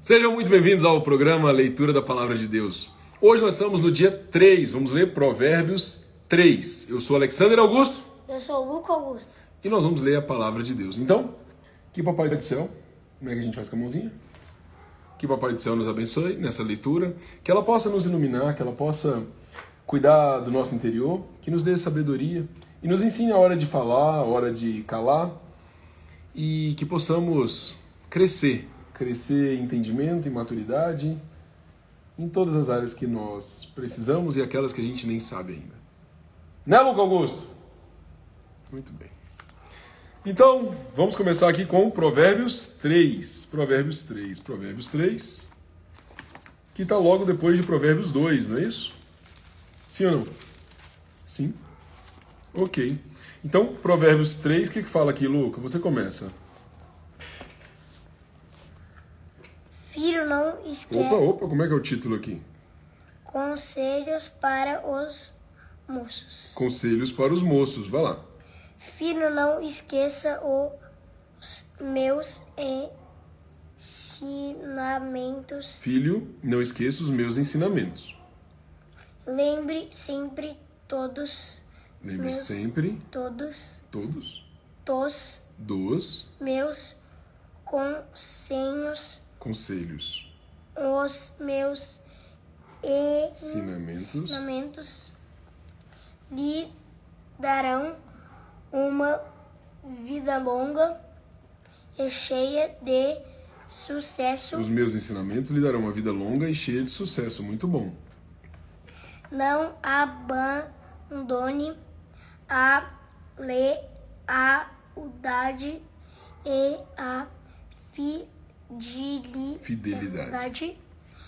Sejam muito bem-vindos ao programa Leitura da Palavra de Deus. Hoje nós estamos no dia 3, vamos ler Provérbios 3. Eu sou Alexander Augusto. Eu sou Luca Augusto. E nós vamos ler a Palavra de Deus. Então, que Papai do Céu, como é que a gente faz com a mãozinha? Que Papai do Céu nos abençoe nessa leitura, que ela possa nos iluminar, que ela possa cuidar do nosso interior, que nos dê sabedoria e nos ensine a hora de falar, a hora de calar e que possamos crescer em entendimento, em maturidade, em todas as áreas que nós precisamos e aquelas que a gente nem sabe ainda. Né, Luca Augusto? Muito bem. Então, vamos começar aqui com Provérbios 3. Provérbios 3, que está logo depois de Provérbios 2, não é isso? Sim ou não? Sim. Ok. Então, Provérbios 3, o que fala aqui, Luca? Você começa. Filho, não esquece. Opa, como é que é o título aqui? Conselhos para os moços. Conselhos para os moços, vai lá. Filho, não esqueça os meus ensinamentos. Filho, não esqueça os meus ensinamentos. Lembre sempre todos dos meus conselhos. Os meus ensinamentos lhe darão uma vida longa e cheia de sucesso. Os meus ensinamentos lhe darão uma vida longa e cheia de sucesso. Muito bom. Não abandone a lealdade e a fidelidade.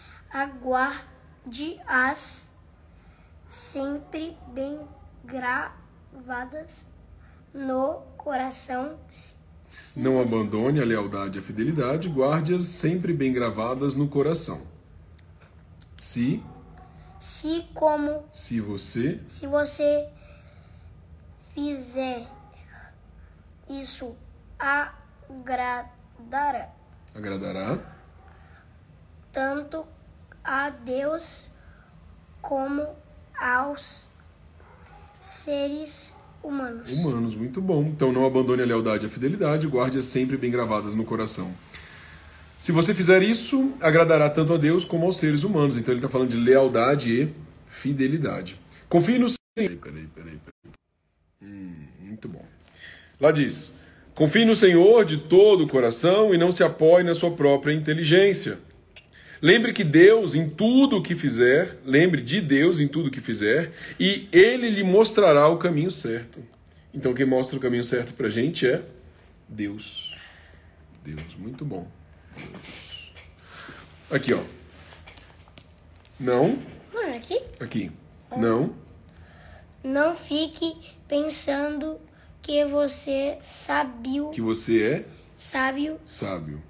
Aguarde-as sempre bem gravadas no coração. Não abandone a lealdade e a fidelidade, guarde-as sempre bem gravadas no coração. Se você fizer isso, agradará tanto a Deus como aos seres humanos. Muito bom. Então não abandone a lealdade e a fidelidade, guarde-as sempre bem gravadas no coração. Se você fizer isso, agradará tanto a Deus como aos seres humanos. Então ele está falando de lealdade e fidelidade. Confie no Senhor. Peraí. Muito bom. Lá diz: confie no Senhor de todo o coração e não se apoie na sua própria inteligência. Lembre de Deus em tudo o que fizer, e Ele lhe mostrará o caminho certo. Então quem mostra o caminho certo pra gente é Deus. Muito bom. Deus. Aqui, ó. Não. Aqui. Não. Não fique pensando que você é sábio. Sábio.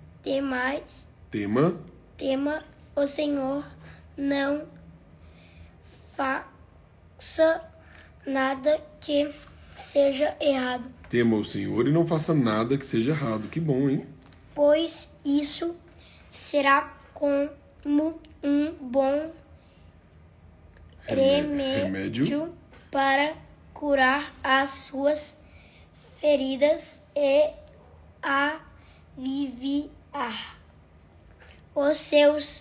Tema o Senhor, não faça nada que seja errado. Tema o Senhor e não faça nada que seja errado. Que bom, hein? Pois isso será como um bom remédio para curar as suas feridas e aliviar os seus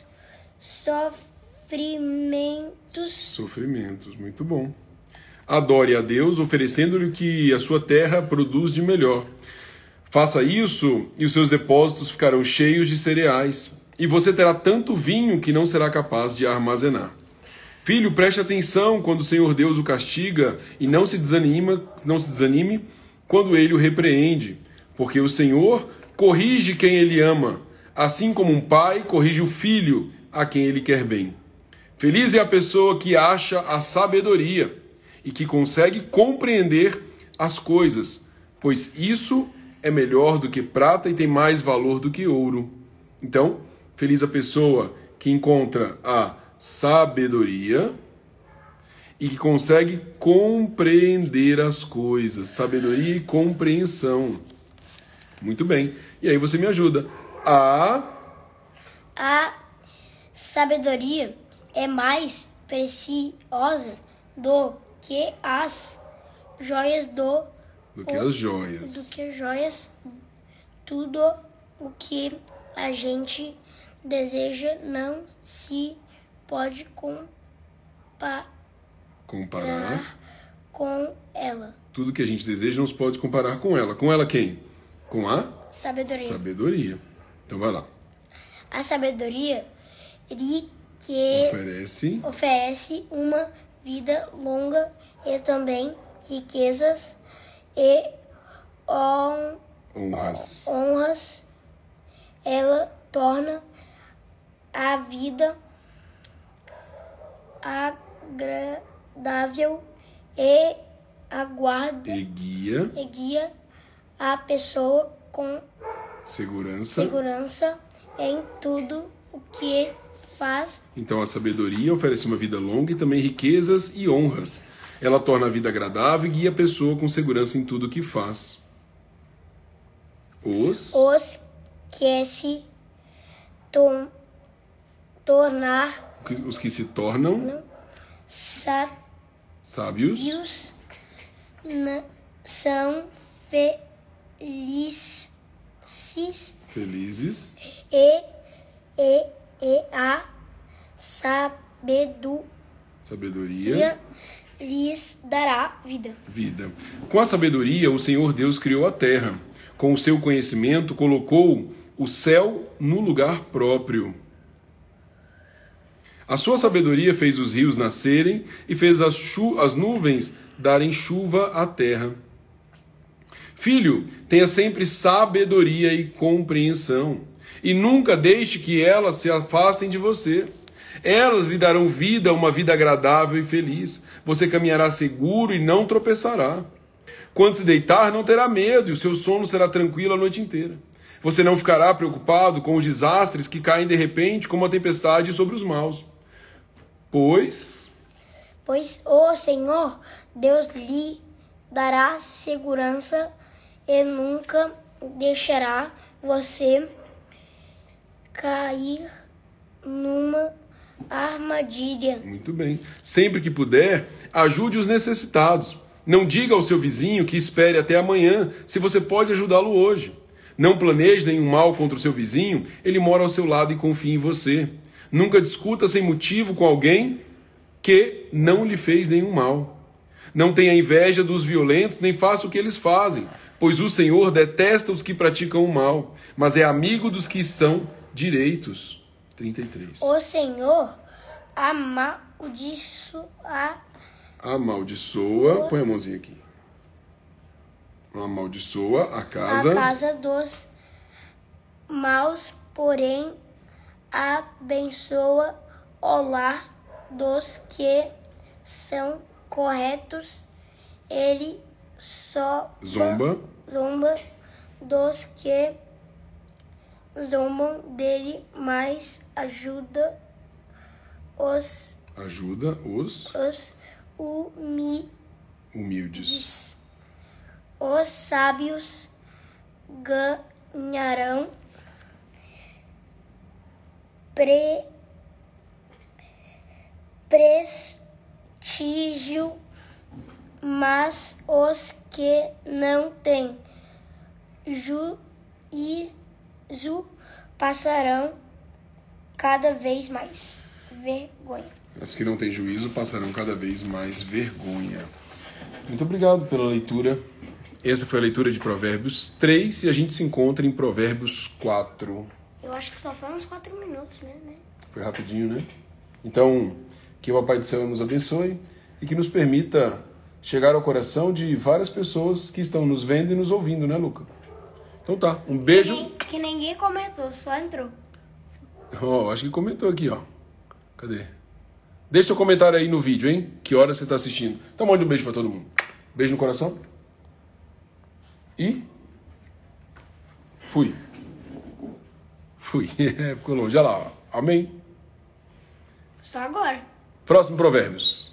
sofrimentos. Muito bom. Adore a Deus, oferecendo-lhe o que a sua terra produz de melhor. Faça isso e os seus depósitos ficarão cheios de cereais, e você terá tanto vinho que não será capaz de armazenar. Filho, preste atenção quando o Senhor Deus o castiga e não se desanime quando ele o repreende, porque o Senhor corrige quem ele ama, assim como um pai corrige o filho a quem ele quer bem. Feliz é a pessoa que acha a sabedoria e que consegue compreender as coisas, pois isso é melhor do que prata e tem mais valor do que ouro. Então, feliz a pessoa que encontra a sabedoria e que consegue compreender as coisas. Sabedoria e compreensão. Muito bem. E aí você me ajuda a A sabedoria é mais preciosa do que as joias Do que as joias. do que joias. Tudo o que a gente deseja não se pode comparar com ela. Tudo que a gente deseja não se pode comparar com ela. Com ela quem? Com a Sabedoria. Então vai lá. A sabedoria oferece uma vida longa e também riquezas e honras. Ela torna a vida agradável e guia a pessoa com segurança em tudo o que faz. Então a sabedoria oferece uma vida longa e também riquezas e honras. Ela torna a vida agradável e guia a pessoa com segurança em tudo o que faz. Os que se tornar os que se tornam sábios são felizes e a sabedoria lhes dará vida. Com a sabedoria, o Senhor Deus criou a terra. Com o seu conhecimento, colocou o céu no lugar próprio. A sua sabedoria fez os rios nascerem e fez as nuvens darem chuva à terra. Filho, tenha sempre sabedoria e compreensão, e nunca deixe que elas se afastem de você. Elas lhe darão vida, uma vida agradável e feliz. Você caminhará seguro e não tropeçará. Quando se deitar, não terá medo, e o seu sono será tranquilo a noite inteira. Você não ficará preocupado com os desastres que caem de repente, como a tempestade sobre os maus. Pois o Senhor Deus lhe dará segurança e nunca deixará você cair numa armadilha. Muito bem. Sempre que puder, ajude os necessitados. Não diga ao seu vizinho que espere até amanhã, se você pode ajudá-lo hoje. Não planeje nenhum mal contra o seu vizinho, ele mora ao seu lado e confia em você. Nunca discuta sem motivo com alguém que não lhe fez nenhum mal. Não tenha inveja dos violentos, nem faça o que eles fazem, pois o Senhor detesta os que praticam o mal, mas é amigo dos que são direitos. 33. O Senhor amaldiçoa, põe a mãozinha aqui. Amaldiçoa a casa dos maus, porém abençoa o lar dos que são corretos. Ele só zomba dos que zombam dele, mas ajuda os humildes. Os sábios ganharão prestígio, mas os que não têm juízo passarão cada vez mais vergonha. Os que não têm juízo passarão cada vez mais vergonha. Muito obrigado pela leitura. Essa foi a leitura de Provérbios 3 e a gente se encontra em Provérbios 4. Eu acho que só foram uns 4 minutos mesmo, né? Foi rapidinho, né? Então, que o Papai do Céu nos abençoe e que nos permita chegar ao coração de várias pessoas que estão nos vendo e nos ouvindo, né, Luca? Então tá, um beijo. Que ninguém comentou, só entrou. Acho que comentou aqui, ó. Cadê? Deixa seu comentário aí no vídeo, hein? Que hora você tá assistindo. Então mande um beijo pra todo mundo. Beijo no coração. E... Fui. Ficou longe. Olha lá, ó. Amém? Só agora. Próximo Provérbios.